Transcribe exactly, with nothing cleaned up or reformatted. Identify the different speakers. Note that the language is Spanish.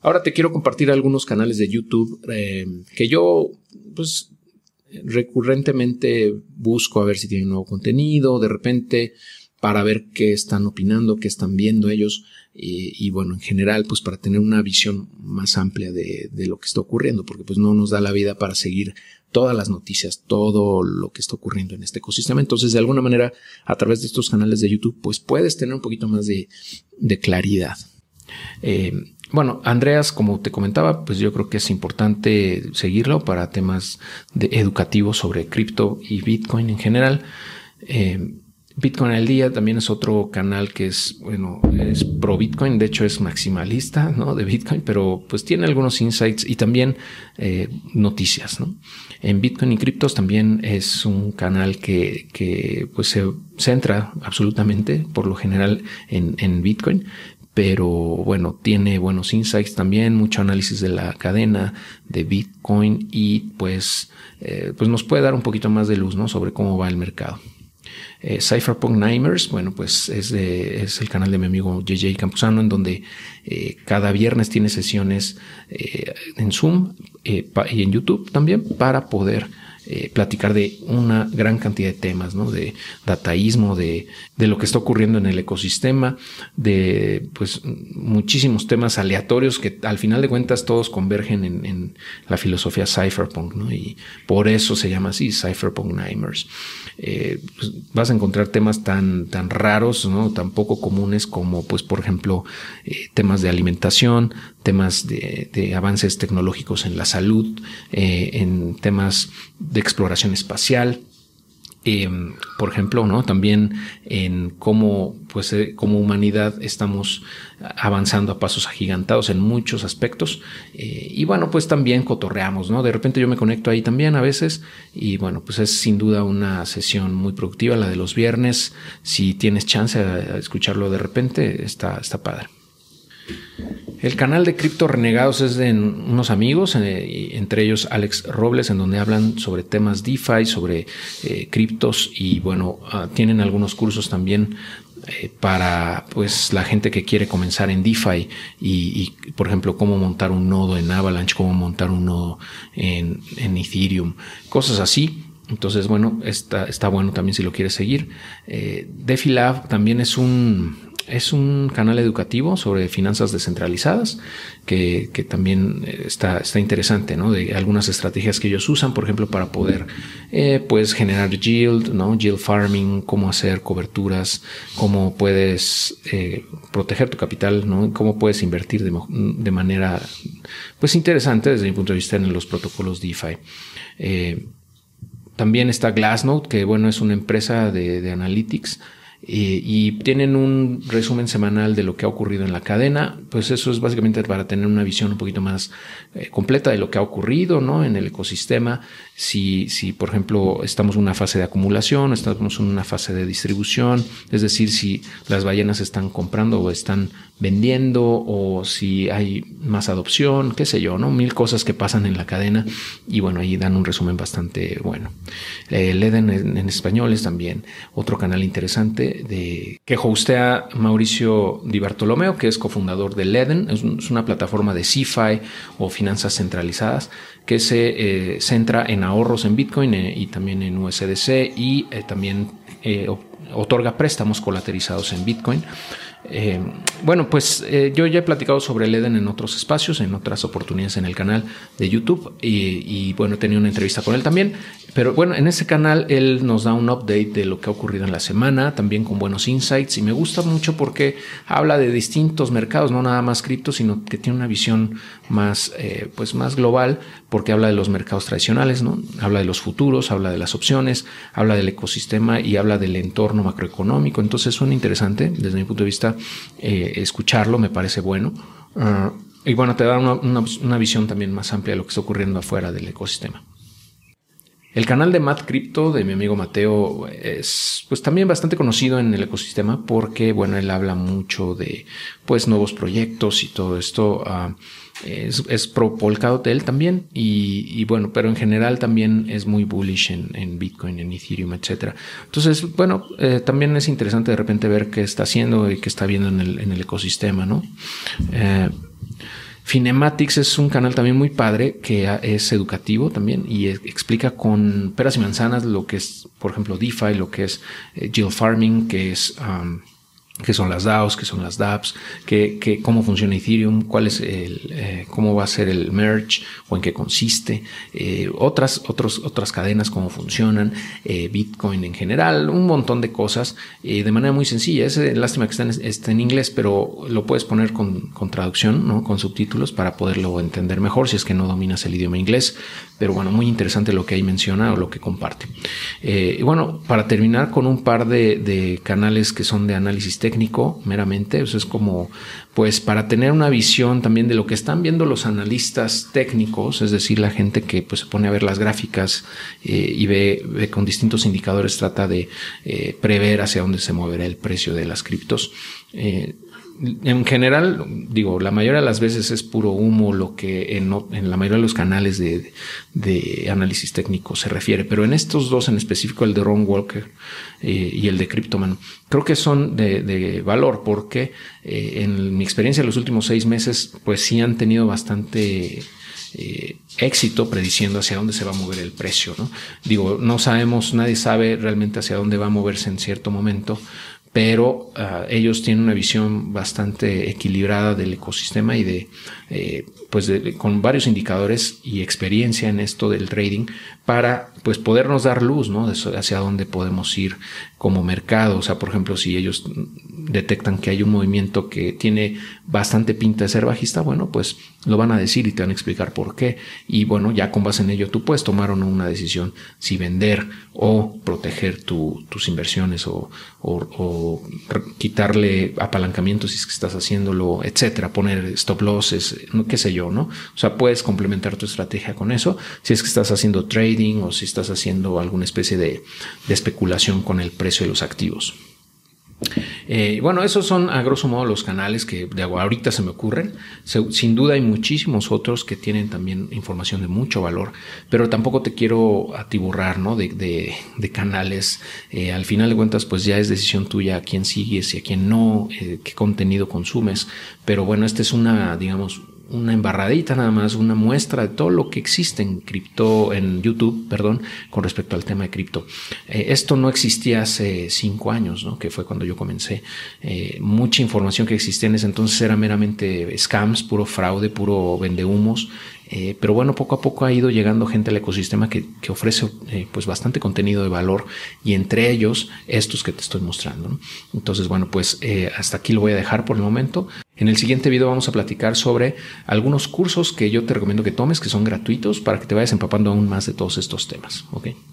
Speaker 1: Ahora te quiero compartir algunos canales de YouTube eh, que yo pues recurrentemente busco a ver si tienen nuevo contenido, de repente para ver qué están opinando, qué están viendo ellos y, y bueno, en general pues para tener una visión más amplia de, de lo que está ocurriendo, porque pues no nos da la vida para seguir todas las noticias, todo lo que está ocurriendo en este ecosistema. Entonces, de alguna manera, a través de estos canales de YouTube, pues puedes tener un poquito más de, de claridad. Eh, bueno, Andreas, como te comentaba, pues yo creo que es importante seguirlo para temas de educativos sobre cripto y Bitcoin en general. Eh, Bitcoin al día también es otro canal que es, bueno, es pro Bitcoin, de hecho es maximalista, ¿no? De Bitcoin, pero pues tiene algunos insights y también eh, noticias, ¿no? En Bitcoin y criptos también es un canal que, que pues se centra absolutamente, por lo general, en, en Bitcoin, pero bueno, tiene buenos insights también, mucho análisis de la cadena de Bitcoin y pues, eh, pues nos puede dar un poquito más de luz, ¿no? Sobre cómo va el mercado. Eh, Cypherpunk Nimers, bueno, pues es, de, es el canal de mi amigo J J Campuzano, en donde eh, cada viernes tiene sesiones eh, en Zoom eh, pa, y en YouTube también para poder eh, platicar de una gran cantidad de temas, ¿no? De dataísmo, de, de lo que está ocurriendo en el ecosistema, de pues muchísimos temas aleatorios que al final de cuentas todos convergen en, en la filosofía Cypherpunk, ¿no? Y por eso se llama así, Cypherpunk Nimers. Eh, pues vas a encontrar temas tan, tan raros, ¿no? Tan poco comunes como, pues, por ejemplo, eh, temas de alimentación, temas de, de avances tecnológicos en la salud, eh, en temas de exploración espacial. Eh, por ejemplo, ¿no? También en cómo, pues, eh, como humanidad estamos avanzando a pasos agigantados en muchos aspectos. Eh, y bueno, pues también cotorreamos, ¿no? De repente yo me conecto ahí también a veces. Y bueno, pues es sin duda una sesión muy productiva, la de los viernes. Si tienes chance a escucharlo de repente, está, está padre. El canal de Cripto Renegados es de unos amigos, eh, entre ellos Alex Robles, en donde hablan sobre temas DeFi, sobre eh, criptos y bueno, uh, tienen algunos cursos también eh, para pues la gente que quiere comenzar en DeFi y, y por ejemplo cómo montar un nodo en Avalanche, cómo montar un nodo en, en Ethereum, cosas así. Entonces, bueno, está, está bueno también si lo quieres seguir. Eh, DefiLab también es un, es un canal educativo sobre finanzas descentralizadas que, que también está, está interesante, ¿no? De algunas estrategias que ellos usan, por ejemplo, para poder eh, pues generar yield, ¿no? Yield farming, cómo hacer coberturas, cómo puedes eh, proteger tu capital, ¿no? Cómo puedes invertir de, de manera pues interesante desde mi punto de vista en los protocolos DeFi. Eh, También está Glassnode, que bueno, es una empresa de, de analytics eh, y tienen un resumen semanal de lo que ha ocurrido en la cadena. Pues eso es básicamente para tener una visión un poquito más eh, completa de lo que ha ocurrido, ¿no? En el ecosistema. Si, si, por ejemplo, estamos en una fase de acumulación, estamos en una fase de distribución, es decir, si las ballenas están comprando o están vendiendo o si hay más adopción, qué sé yo, ¿no? Mil cosas que pasan en la cadena y bueno, ahí dan un resumen bastante bueno. Eh, Leden en, en español es también otro canal interesante de que hostea Mauricio Di Bartolomeo, que es cofundador de Leden. Es, un, es una plataforma de CeFi o finanzas centralizadas que se eh, centra en ahorros en Bitcoin eh, y también en U S D C y eh, también eh, otorga préstamos colateralizados en Bitcoin. Eh, bueno, pues eh, yo ya he platicado sobre Leden en otros espacios, en otras oportunidades en el canal de YouTube y, y bueno, he tenido una entrevista con él también. Pero bueno, en ese canal él nos da un update de lo que ha ocurrido en la semana, también con buenos insights y me gusta mucho porque habla de distintos mercados, no nada más cripto, sino que tiene una visión más, eh, pues más global porque habla de los mercados tradicionales, ¿no? Habla de los futuros, habla de las opciones, habla del ecosistema y habla del entorno macroeconómico. Entonces suena interesante desde mi punto de vista eh, escucharlo, me parece bueno. Uh, y bueno, te da una, una, una visión también más amplia de lo que está ocurriendo afuera del ecosistema. El canal de Matt Crypto de mi amigo Mateo es pues también bastante conocido en el ecosistema porque bueno, él habla mucho de pues nuevos proyectos y todo esto. Uh, es, es pro Polkadot él también y, y bueno, pero en general también es muy bullish en, en Bitcoin, en Ethereum, etcétera. Entonces, bueno, eh, también es interesante de repente ver qué está haciendo y qué está viendo en el, en el ecosistema, ¿no? Eh, Finematics es un canal también muy padre que es educativo también y explica con peras y manzanas lo que es, por ejemplo, DeFi, lo que es yield farming, que es... Um, qué son las DAOs, qué son las dApps, qué, qué, cómo funciona Ethereum, cuál es el, eh, cómo va a ser el merge o en qué consiste, eh, otras, otros, otras cadenas, cómo funcionan, eh, Bitcoin en general, un montón de cosas eh, de manera muy sencilla. Es eh, lástima que está en, está en inglés, pero lo puedes poner con, con traducción, ¿no? Con subtítulos para poderlo entender mejor si es que no dominas el idioma inglés. Pero bueno, muy interesante lo que ahí menciona o lo que comparte. Eh, y bueno, para terminar con un par de, de canales que son de análisis técnico, meramente, eso es como, pues para tener una visión también de lo que están viendo los analistas técnicos, es decir, la gente que pues se pone a ver las gráficas eh, y ve, ve con distintos indicadores, trata de eh, prever hacia dónde se moverá el precio de las criptos. Eh, En general, digo, la mayoría de las veces es puro humo lo que en, en la mayoría de los canales de, de análisis técnico se refiere, pero en estos dos en específico, el de Ron Walker eh, y el de Cryptoman, creo que son de, de valor porque eh, en mi experiencia en los últimos seis meses, pues sí han tenido bastante... Eh, éxito prediciendo hacia dónde se va a mover el precio, ¿no? Digo, no sabemos, nadie sabe realmente hacia dónde va a moverse en cierto momento, pero uh, ellos tienen una visión bastante equilibrada del ecosistema y de, eh, pues de, con varios indicadores y experiencia en esto del trading para pues podernos dar luz, ¿no? De eso, hacia dónde podemos ir como mercado. O sea, por ejemplo, si ellos detectan que hay un movimiento que tiene bastante pinta de ser bajista, bueno, pues lo van a decir y te van a explicar por qué. Y bueno, ya con base en ello tú puedes tomar o no una decisión si vender o proteger tu, tus inversiones o, o, o quitarle apalancamiento si es que estás haciéndolo, etcétera, poner stop losses, qué sé yo, ¿no? O sea, puedes complementar tu estrategia con eso si es que estás haciendo trading o si estás haciendo alguna especie de, de especulación con el precio de los activos. Eh, bueno, esos son a grosso modo los canales que de ahorita se me ocurren. Se, sin duda hay muchísimos otros que tienen también información de mucho valor, pero tampoco te quiero atiborrar, ¿no? de, de, de canales. Eh, al final de cuentas, pues ya es decisión tuya a quién sigues y a quién no, eh, qué contenido consumes. Pero bueno, esta es una, digamos, una embarradita nada más, una muestra de todo lo que existe en cripto, en YouTube, perdón, con respecto al tema de cripto. Eh, esto no existía hace cinco años, ¿no? Que fue cuando yo comencé. Eh, mucha información que existía en ese entonces era meramente scams, puro fraude, puro vendehumos. Eh, pero bueno, poco a poco ha ido llegando gente al ecosistema que, que ofrece eh, pues bastante contenido de valor y entre ellos estos que te estoy mostrando, ¿no? Entonces, bueno, pues eh, hasta aquí lo voy a dejar por el momento. En el siguiente video vamos a platicar sobre algunos cursos que yo te recomiendo que tomes, que son gratuitos para que te vayas empapando aún más de todos estos temas, ¿ok?